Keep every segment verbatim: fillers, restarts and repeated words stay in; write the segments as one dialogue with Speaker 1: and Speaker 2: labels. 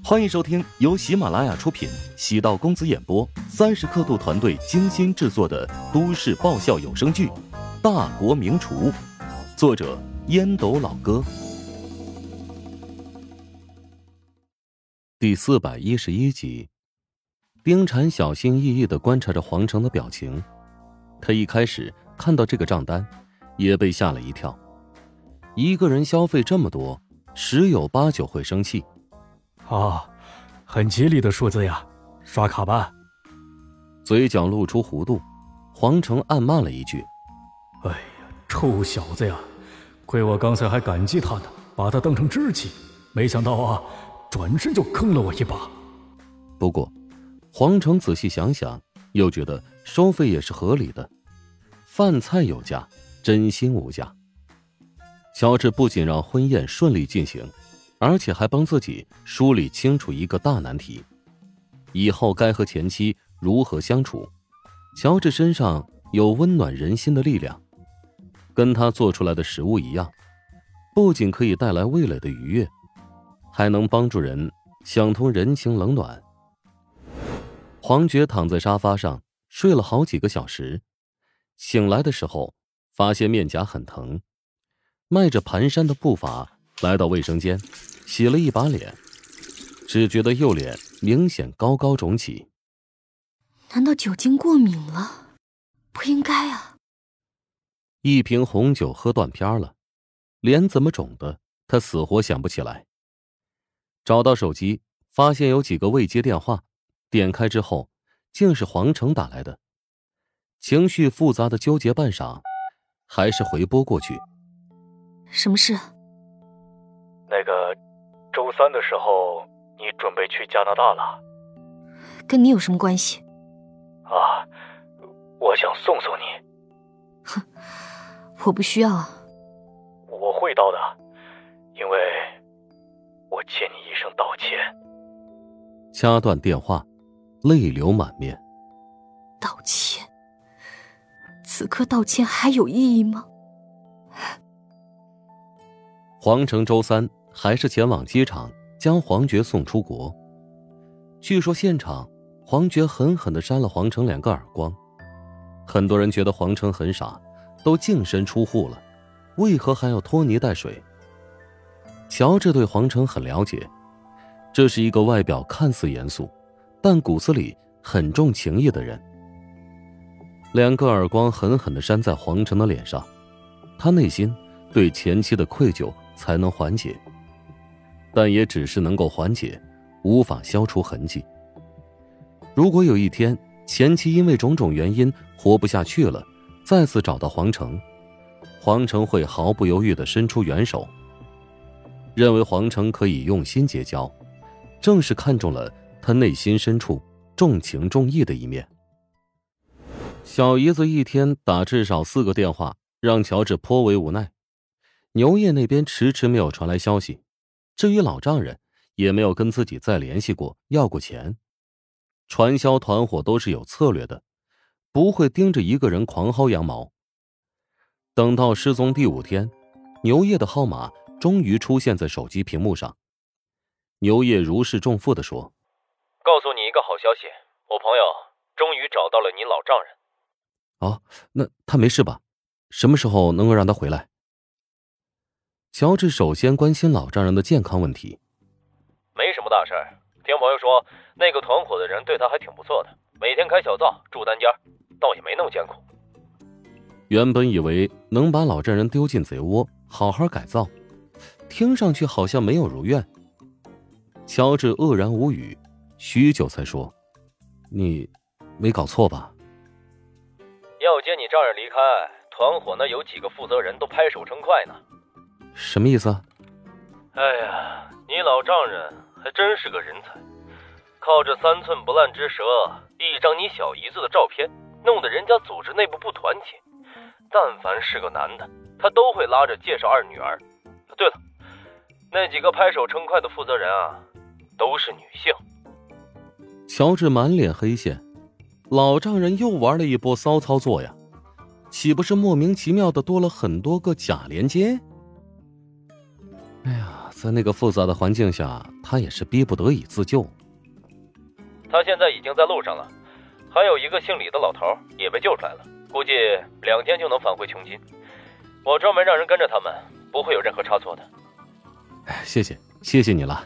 Speaker 1: 欢迎收听由喜马拉雅出品，喜道公子演播，三十刻度团队精心制作的都市爆笑有声剧《大国名厨》，作者烟斗老哥。第四百一十一集，丁禅小心翼翼地观察着黄成的表情。他一开始看到这个账单，也被吓了一跳。一个人消费这么多，十有八九会生气。
Speaker 2: 啊，很吉利的数字呀，刷卡吧。
Speaker 1: 嘴角露出弧度，黄成暗骂了一句：
Speaker 2: 哎呀，臭小子呀，亏我刚才还感激他呢，把他当成知己，没想到啊，转身就坑了我一把。
Speaker 1: 不过黄成仔细想想，又觉得收费也是合理的，饭菜有价，真心无价。乔治不仅让婚宴顺利进行，而且还帮自己梳理清楚一个大难题：以后该和前妻如何相处。乔治身上有温暖人心的力量，跟他做出来的食物一样，不仅可以带来味蕾的愉悦，还能帮助人想通人情冷暖。黄觉躺在沙发上睡了好几个小时，醒来的时候发现面颊很疼，迈着蹒跚的步伐来到卫生间，洗了一把脸，只觉得右脸明显高高肿起。
Speaker 3: 难道酒精过敏了？不应该啊。
Speaker 1: 一瓶红酒喝断片了，脸怎么肿的，他死活想不起来。找到手机，发现有几个未接电话，点开之后竟是黄成打来的。情绪复杂的纠结半晌，还是回拨过去。
Speaker 3: 什么事？
Speaker 2: 那个周三的时候你准备去加拿大了？
Speaker 3: 跟你有什么关系？
Speaker 2: 啊，我想送送你。
Speaker 3: 哼，我不需要啊。
Speaker 2: 我会到的，因为我欠你一声道歉。
Speaker 1: 掐断电话，泪流满面。
Speaker 3: 道歉？此刻道歉还有意义吗？
Speaker 1: 黄成周三还是前往机场将黄觉送出国。据说现场黄觉狠狠地扇了黄成两个耳光。很多人觉得黄成很傻，都净身出户了，为何还要拖泥带水？乔治对黄成很了解，这是一个外表看似严肃，但骨子里很重情义的人。两个耳光狠狠地扇在黄成的脸上，他内心对前妻的愧疚才能缓解，但也只是能够缓解，无法消除痕迹。如果有一天前妻因为种种原因活不下去了，再次找到黄成，黄成会毫不犹豫地伸出援手，认为黄成可以用心结交，正是看中了他内心深处重情重义的一面。小姨子一天打至少四个电话，让乔治颇为无奈。牛业那边迟迟没有传来消息，至于老丈人也没有跟自己再联系过要过钱。传销团伙都是有策略的，不会盯着一个人狂薅羊毛。等到失踪第五天，牛业的号码终于出现在手机屏幕上。牛业如释重负地说：
Speaker 4: 告诉你一个好消息，我朋友终于找到了你老丈人。
Speaker 1: 哦，那他没事吧？什么时候能够让他回来？乔治首先关心老丈人的健康问题。
Speaker 4: 没什么大事，听朋友说那个团伙的人对他还挺不错的，每天开小灶住单间，倒也没那么艰苦。
Speaker 1: 原本以为能把老丈人丢进贼窝好好改造，听上去好像没有如愿。乔治愕然无语，许久才说：你没搞错吧？
Speaker 4: 要接你丈人离开，团伙那有几个负责人都拍手称快呢。
Speaker 1: 什么意思啊？
Speaker 4: 哎呀，你老丈人还真是个人才，靠着三寸不烂之舌，一张你小姨子的照片，弄得人家组织内部不团结。但凡是个男的，他都会拉着介绍二女儿。对了，那几个拍手称快的负责人啊，都是女性。
Speaker 1: 乔治满脸黑线，老丈人又玩了一波骚操作呀，岂不是莫名其妙的多了很多个假连接？哎呀， 在那个复杂的环境下，他也是逼不得已自救。
Speaker 4: 他现在已经在路上了，还有一个姓李的老头也被救出来了，估计两天就能返回琼金。我专门让人跟着他们，不会有任何差错的。
Speaker 1: 谢谢，谢谢你了。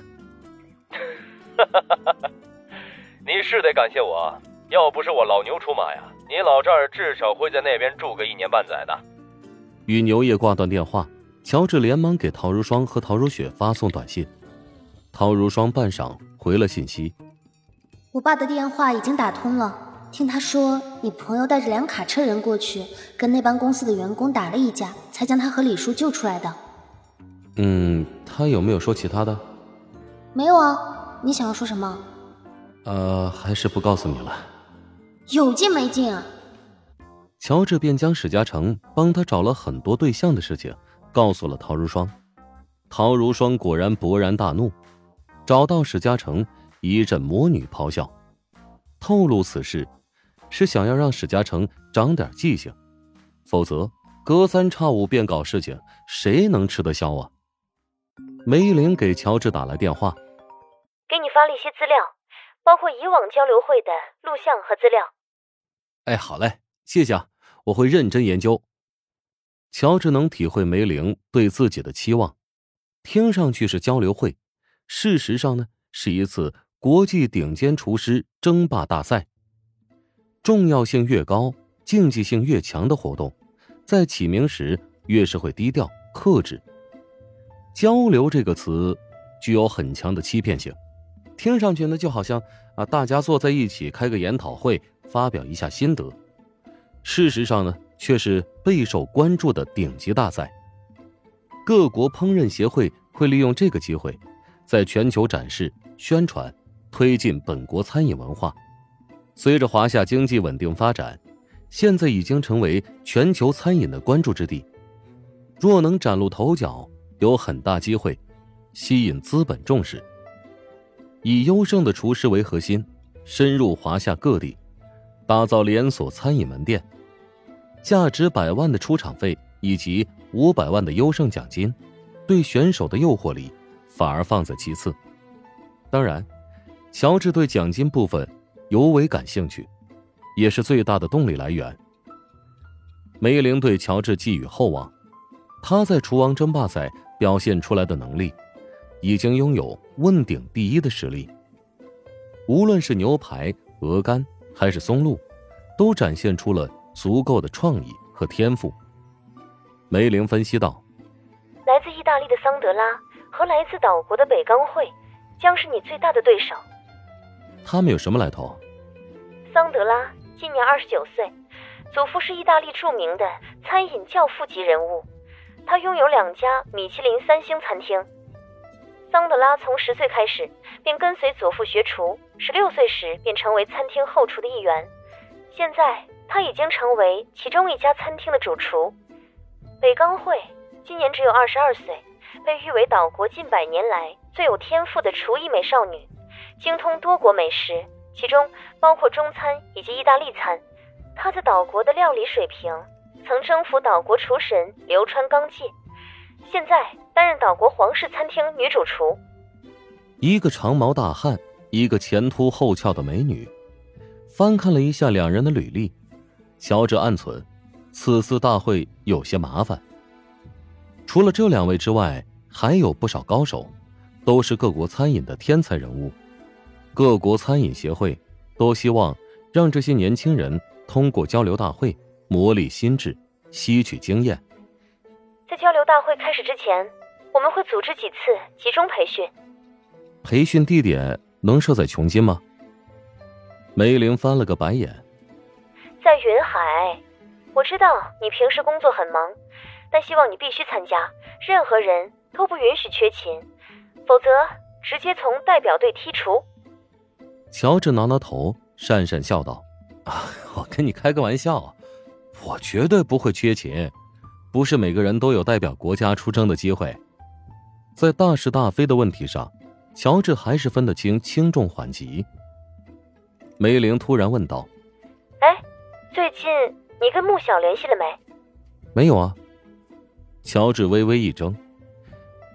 Speaker 4: 你是得感谢我，要不是我老牛出马呀，你老丈人至少会在那边住个一年半载的。
Speaker 1: 与牛业挂断电话，乔治连忙给陶如霜和陶如雪发送短信。陶如霜半晌回了信息：
Speaker 5: 我爸的电话已经打通了，听他说你朋友带着辆卡车人过去，跟那帮公司的员工打了一架，才将他和李叔救出来的。
Speaker 1: 嗯，他有没有说其他的？
Speaker 5: 没有啊，你想要说什么？
Speaker 1: 呃，还是不告诉你了。
Speaker 5: 有劲没劲啊？
Speaker 1: 乔治便将史嘉诚帮他找了很多对象的事情告诉了陶如霜。陶如霜果然勃然大怒，找到史嘉诚一阵魔女咆哮，透露此事是想要让史嘉诚长点记性，否则隔三差五便搞事情，谁能吃得消啊？梅玲给乔治打来电话，
Speaker 6: 给你发了一些资料，包括以往交流会的录像和资料。
Speaker 1: 哎，好嘞，谢谢啊，我会认真研究。乔治能体会梅玲对自己的期望，听上去是交流会，事实上呢，是一次国际顶尖厨师争霸大赛。重要性越高，竞技性越强的活动，在起名时越是会低调克制。交流这个词具有很强的欺骗性，听上去呢就好像啊大家坐在一起开个研讨会，发表一下心得。事实上呢，却是备受关注的顶级大赛。各国烹饪协会会利用这个机会，在全球展示、宣传、推进本国餐饮文化。随着华夏经济稳定发展，现在已经成为全球餐饮的关注之地。若能崭露头角，有很大机会吸引资本重视。以优胜的厨师为核心，深入华夏各地，打造连锁餐饮门店。价值百万的出场费以及五百万的优胜奖金，对选手的诱惑力反而放在其次。当然，乔治对奖金部分尤为感兴趣，也是最大的动力来源。梅玲对乔治寄予厚望，他在厨王争霸赛表现出来的能力，已经拥有问鼎第一的实力。无论是牛排、鹅肝还是松露，都展现出了足够的创意和天赋。梅玲分析道：
Speaker 6: 来自意大利的桑德拉和来自岛国的北钢会将是你最大的对手。
Speaker 1: 他们有什么来头？
Speaker 6: 桑德拉今年二十九岁，祖父是意大利著名的餐饮教父级人物，他拥有两家米其林三星餐厅。桑德拉从十岁开始便跟随祖父学厨，十六岁时便成为餐厅后厨的一员。现在他已经成为其中一家餐厅的主厨。北钢会今年只有二十二岁，被誉为岛国近百年来最有天赋的厨艺美少女，精通多国美食，其中包括中餐以及意大利餐。她在岛国的料理水平曾征服岛国厨神流川纲介，现在担任岛国皇室餐厅女主厨。
Speaker 1: 一个长毛大汉，一个前凸后翘的美女。翻看了一下两人的履历，乔治暗忖，此次大会有些麻烦。除了这两位之外，还有不少高手，都是各国餐饮的天才人物。各国餐饮协会都希望让这些年轻人通过交流大会磨砺心智，吸取经验。
Speaker 6: 在交流大会开始之前，我们会组织几次集中培训。
Speaker 1: 培训地点能设在琼金吗？梅玲翻了个白眼。
Speaker 6: 在云海，我知道你平时工作很忙，但希望你必须参加，任何人都不允许缺勤，否则直接从代表队剔除。
Speaker 1: 乔治挠挠头，讪讪笑道：啊，我跟你开个玩笑，我绝对不会缺勤，不是每个人都有代表国家出征的机会。在大是大非的问题上，乔治还是分得清轻重缓急。梅玲突然问道：
Speaker 6: 哎，最近你跟穆晓联系了没？
Speaker 1: 没有啊。乔治微微一怔，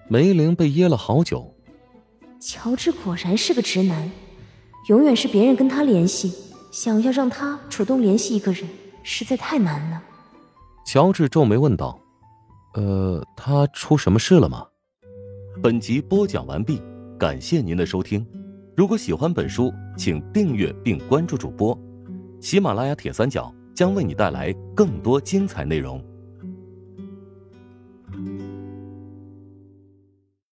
Speaker 1: 梅玲被噎了好久。
Speaker 7: 乔治果然是个直男，永远是别人跟他联系，想要让他主动联系一个人，实在太难了。
Speaker 1: 乔治皱眉问道：呃，他出什么事了吗？
Speaker 8: 本集播讲完毕，感谢您的收听。如果喜欢本书，请订阅并关注主播。喜马拉雅铁三角将为你带来更多精彩内容。